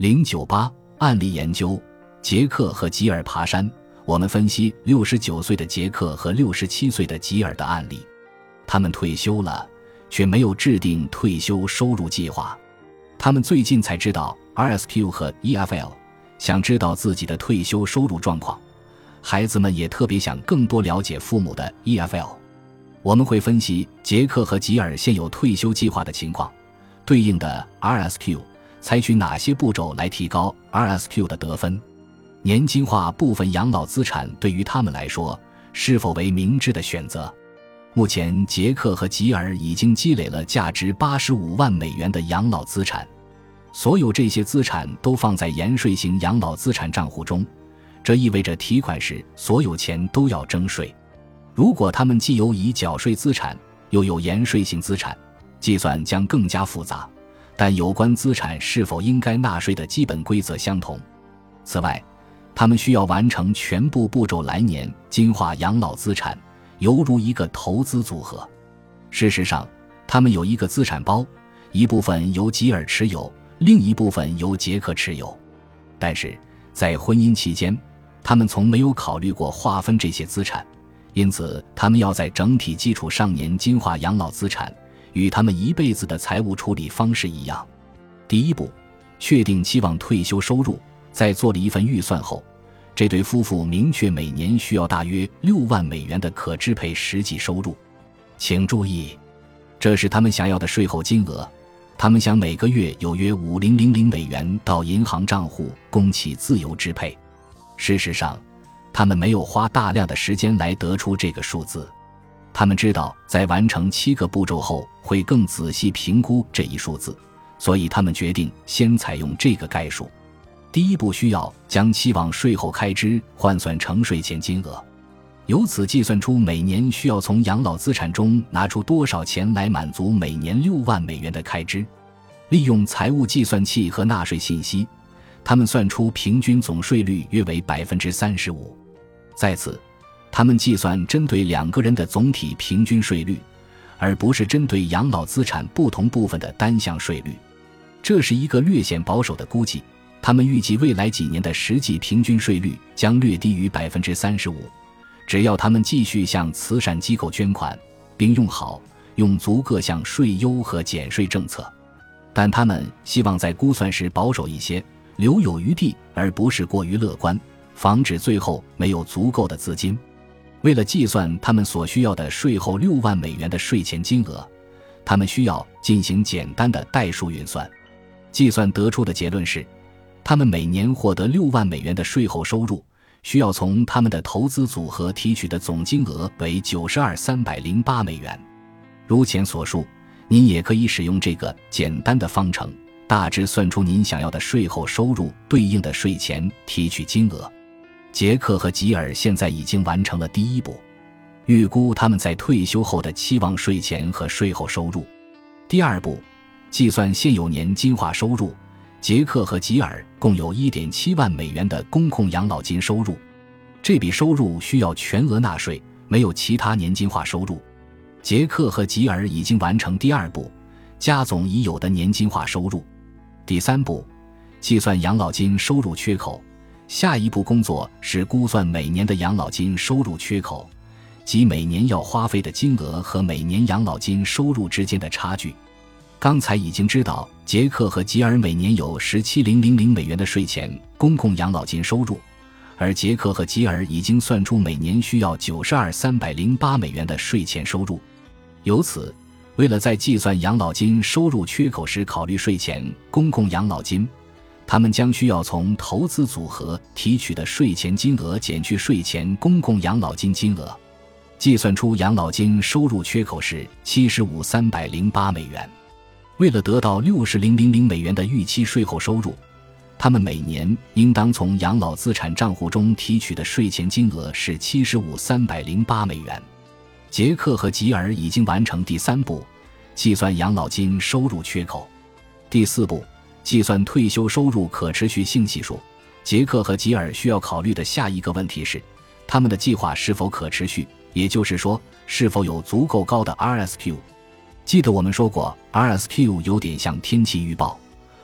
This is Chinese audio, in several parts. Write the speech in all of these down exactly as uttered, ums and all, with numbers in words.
零九八案例研究，杰克和吉尔爬山。我们分析六十九岁的杰克和六十七岁的吉尔的案例。他们退休了，却没有制定退休收入计划。他们最近才知道 R S Q 和 E F L， 想知道自己的退休收入状况。孩子们也特别想更多了解父母的 E F L。 我们会分析杰克和吉尔现有退休计划的情况，对应的 R S Q 采取哪些步骤来提高 R S Q 的得分。年金化部分养老资产对于他们来说是否为明智的选择。目前杰克和吉尔已经积累了价值八十五万美元的养老资产，所有这些资产都放在延税型养老资产账户中，这意味着提款时所有钱都要征税。如果他们既有已缴税资产又有延税型资产，计算将更加复杂，但有关资产是否应该纳税的基本规则相同。此外，他们需要完成全部步骤来年金化养老资产，犹如一个投资组合。事实上，他们有一个资产包，一部分由吉尔持有，另一部分由杰克持有。但是在婚姻期间，他们从没有考虑过划分这些资产，因此他们要在整体基础上年金化养老资产，与他们一辈子的财务处理方式一样。第一步，确定期望退休收入。在做了一份预算后，这对夫妇明确每年需要大约六万美元的可支配实际收入。请注意，这是他们想要的税后金额。他们想每个月有约五千美元到银行账户供其自由支配。事实上，他们没有花大量的时间来得出这个数字。他们知道在完成七个步骤后会更仔细评估这一数字，所以他们决定先采用这个概数。第一步需要将期望税后开支换算成税前金额，由此计算出每年需要从养老资产中拿出多少钱来满足每年六万美元的开支。利用财务计算器和纳税信息，他们算出平均总税率约为 百分之三十五。 在此，他们计算针对两个人的总体平均税率，而不是针对养老资产不同部分的单项税率。这是一个略显保守的估计，他们预计未来几年的实际平均税率将略低于 百分之三十五， 只要他们继续向慈善机构捐款，并用好用足各项税优和减税政策。但他们希望在估算时保守一些，留有余地，而不是过于乐观，防止最后没有足够的资金。为了计算他们所需要的税后六万美元的税前金额，他们需要进行简单的代数运算。计算得出的结论是，他们每年获得六万美元的税后收入，需要从他们的投资组合提取的总金额为九十二万三百零八美元。如前所述，您也可以使用这个简单的方程，大致算出您想要的税后收入对应的税前提取金额。杰克和吉尔现在已经完成了第一步，预估他们在退休后的期望税前和税后收入。第二步，计算现有年金化收入。杰克和吉尔共有 一点七万美元的公共养老金收入，这笔收入需要全额纳税，没有其他年金化收入。杰克和吉尔已经完成第二步，加总已有的年金化收入。第三步，计算养老金收入缺口。下一步工作是估算每年的养老金收入缺口，即每年要花费的金额和每年养老金收入之间的差距。刚才已经知道杰克和吉尔每年有十七万零美元的税前公共养老金收入，而杰克和吉尔已经算出每年需要九十二万三百零八美元的税前收入。由此，为了在计算养老金收入缺口时考虑税前公共养老金，他们将需要从投资组合提取的税前金额减去税前公共养老金金额，计算出养老金收入缺口是七十五万三百零八美元。为了得到六十万美元的预期税后收入，他们每年应当从养老资产账户中提取的税前金额是七十五万三百零八美元。杰克和吉尔已经完成第三步，计算养老金收入缺口。第四步，计算退休收入可持续性系数。杰克和吉尔需要考虑的下一个问题是，他们的计划是否可持续，也就是说，是否有足够高的 R S Q。 记得我们说过 R S Q 有点像天气预报，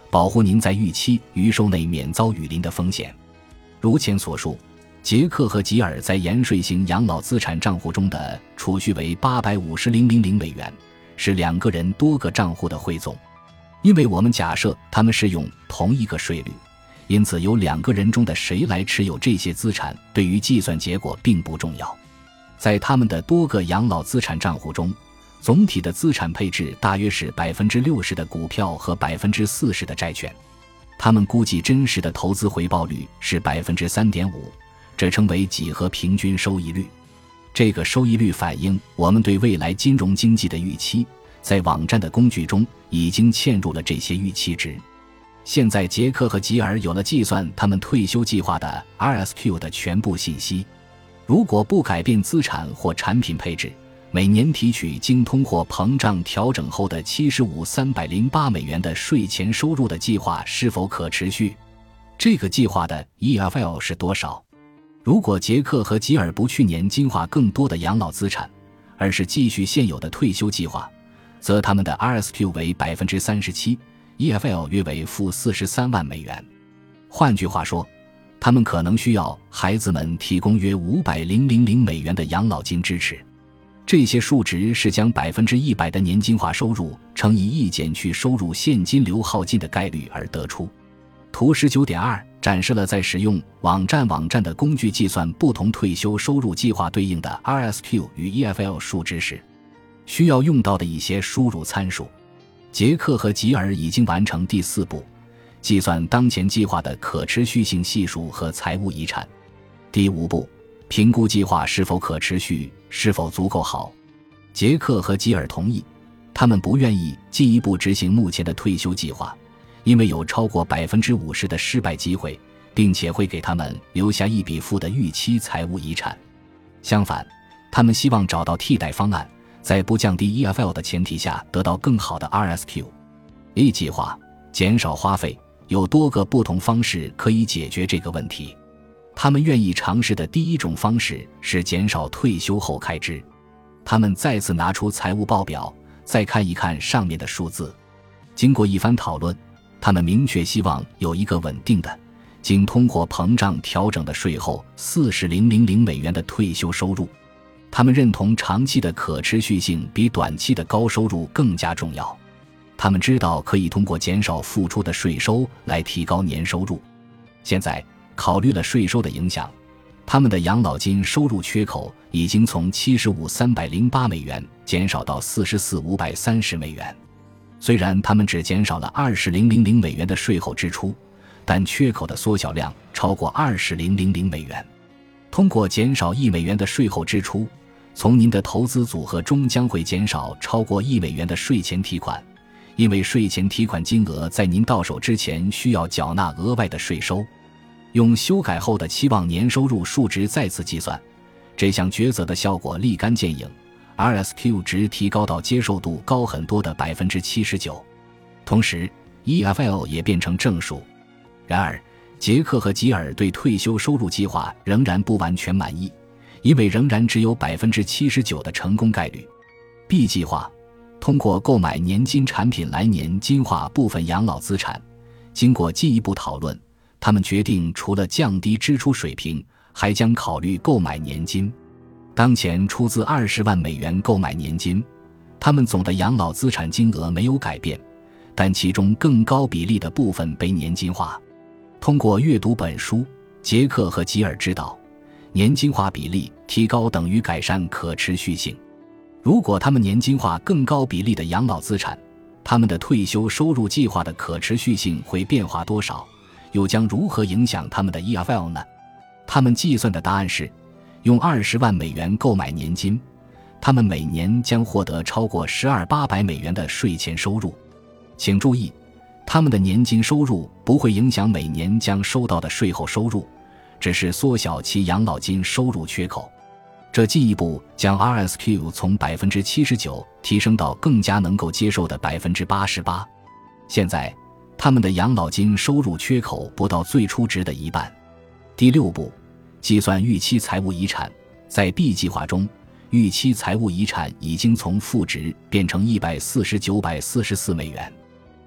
保护您在预期余寿内免遭雨淋的风险。如前所述，杰克和吉尔在延税型养老资产账户中的储蓄为八百五十万美元，是两个人多个账户的汇总。因为我们假设他们适用同一个税率，因此由两个人中的谁来持有这些资产对于计算结果并不重要。在他们的多个养老资产账户中，总体的资产配置大约是 百分之六十 的股票和 百分之四十 的债券。他们估计真实的投资回报率是 百分之三点五， 这称为几何平均收益率。这个收益率反映我们对未来金融经济的预期，在网站的工具中已经嵌入了这些预期值。现在杰克和吉尔有了计算他们退休计划的 R S Q 的全部信息。如果不改变资产或产品配置，每年提取经通货膨胀调整后的七十五万三百零八美元的税前收入的计划是否可持续？这个计划的 E F L 是多少？如果杰克和吉尔不去年金化更多的养老资产，而是继续现有的退休计划，则他们的 R S Q 为 百分之三十七， E F L 约为负四十三万美元。换句话说，他们可能需要孩子们提供约五百万美元的养老金支持。这些数值是将 百分之百 的年金化收入乘以一减去收入现金流耗尽的概率而得出。图 十九点二 展示了在使用网站网站的工具计算不同退休收入计划对应的 R S Q 与 E F L 数值时需要用到的一些输入参数。杰克和吉尔已经完成第四步，计算当前计划的可持续性系数和财务遗产。第五步，评估计划是否可持续，是否足够好。杰克和吉尔同意，他们不愿意进一步执行目前的退休计划，因为有超过 百分之五十 的失败机会，并且会给他们留下一笔负的预期财务遗产。相反，他们希望找到替代方案，在不降低 E F L 的前提下得到更好的 R S Q。A 计划减少花费，有多个不同方式可以解决这个问题。他们愿意尝试的第一种方式是减少退休后开支。他们再次拿出财务报表，再看一看上面的数字。经过一番讨论，他们明确希望有一个稳定的经通货膨胀调整的税后四十万美元的退休收入。他们认同长期的可持续性比短期的高收入更加重要。他们知道可以通过减少付出的税收来提高年收入。现在考虑了税收的影响，他们的养老金收入缺口已经从七十五万三百零八美元减少到四十四万五百三十美元。虽然他们只减少了二十万美元的税后支出，但缺口的缩小量超过二十万美元。通过减少一美元的税后支出，从您的投资组合中将会减少超过一美元的税前提款，因为税前提款金额在您到手之前需要缴纳额外的税收。用修改后的期望年收入数值再次计算，这项抉择的效果立竿见影， R S Q 值提高到接受度高很多的 百分之七十九， 同时 E F L 也变成正数。然而杰克和吉尔对退休收入计划仍然不完全满意，因为仍然只有 百分之七十九 的成功概率。 B 计划通过购买年金产品来年金化部分养老资产。经过进一步讨论，他们决定除了降低支出水平，还将考虑购买年金。当前出资二十万美元购买年金，他们总的养老资产金额没有改变，但其中更高比例的部分被年金化。通过阅读本书，杰克和吉尔知道，年金化比例提高等于改善可持续性。如果他们年金化更高比例的养老资产，他们的退休收入计划的可持续性会变化多少？又将如何影响他们的 E F L 呢？他们计算的答案是，用二十万美元购买年金，他们每年将获得超过十二万八百美元的税前收入。请注意，他们的年金收入不会影响每年将收到的税后收入，只是缩小其养老金收入缺口。这进一步将 R S Q 从 百分之七十九 提升到更加能够接受的 百分之八十八。 现在他们的养老金收入缺口不到最初值的一半。第六步，计算预期财务遗产。在 B 计划中，预期财务遗产已经从负值变成一百四十九点四四美元。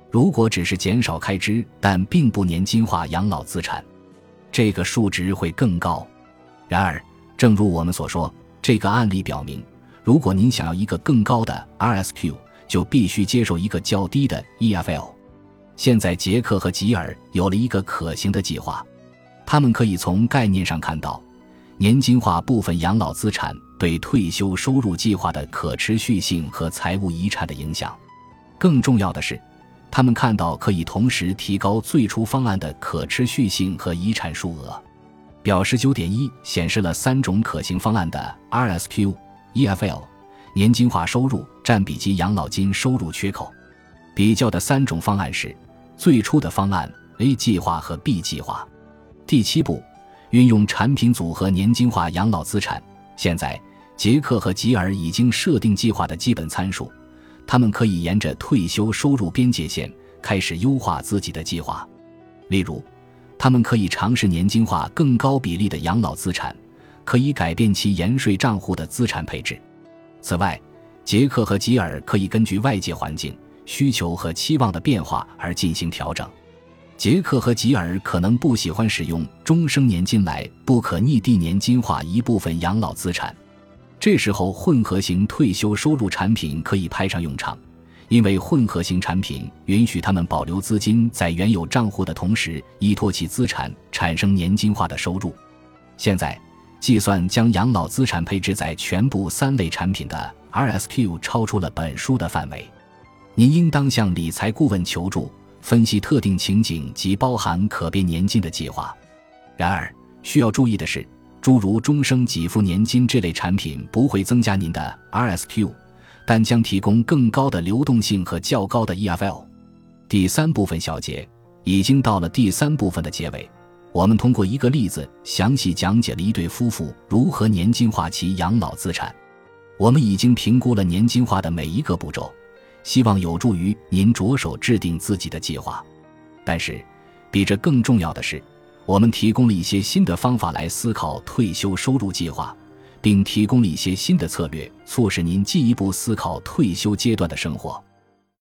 如果只是减少开支，但并不年金化养老资产，这个数值会更高。然而，正如我们所说，这个案例表明，如果您想要一个更高的 R S Q， 就必须接受一个较低的 E F L。 现在捷克和吉尔有了一个可行的计划，他们可以从概念上看到年金化部分养老资产对退休收入计划的可持续性和财务遗产的影响。更重要的是，他们看到可以同时提高最初方案的可持续性和遗产数额。表 十九点一 显示了三种可行方案的 R S Q、E F L 年金化收入占比及养老金收入缺口。比较的三种方案是最初的方案 A 计划和 B 计划。第七步，运用产品组合年金化养老资产。现在捷克和吉尔已经设定计划的基本参数，他们可以沿着退休收入边界线开始优化自己的计划。例如，他们可以尝试年金化更高比例的养老资产，可以改变其延税账户的资产配置。此外，捷克和吉尔可以根据外界环境、需求和期望的变化而进行调整。捷克和吉尔可能不喜欢使用终生年金来不可逆地年金化一部分养老资产，这时候混合型退休收入产品可以派上用场，因为混合型产品允许他们保留资金在原有账户的同时依托其资产产生年金化的收入。现在计算将养老资产配置在全部三类产品的 R S Q 超出了本书的范围，您应当向理财顾问求助，分析特定情景及包含可变年金的计划。然而需要注意的是，诸如终生给付年金这类产品不会增加您的 R S Q， 但将提供更高的流动性和较高的 E F L。 第三部分小结已经到了第三部分的结尾，我们通过一个例子详细讲解了一对夫妇如何年金化其养老资产。我们已经评估了年金化的每一个步骤，希望有助于您着手制定自己的计划。但是比这更重要的是，我们提供了一些新的方法来思考退休收入计划，并提供了一些新的策略，促使您进一步思考退休阶段的生活。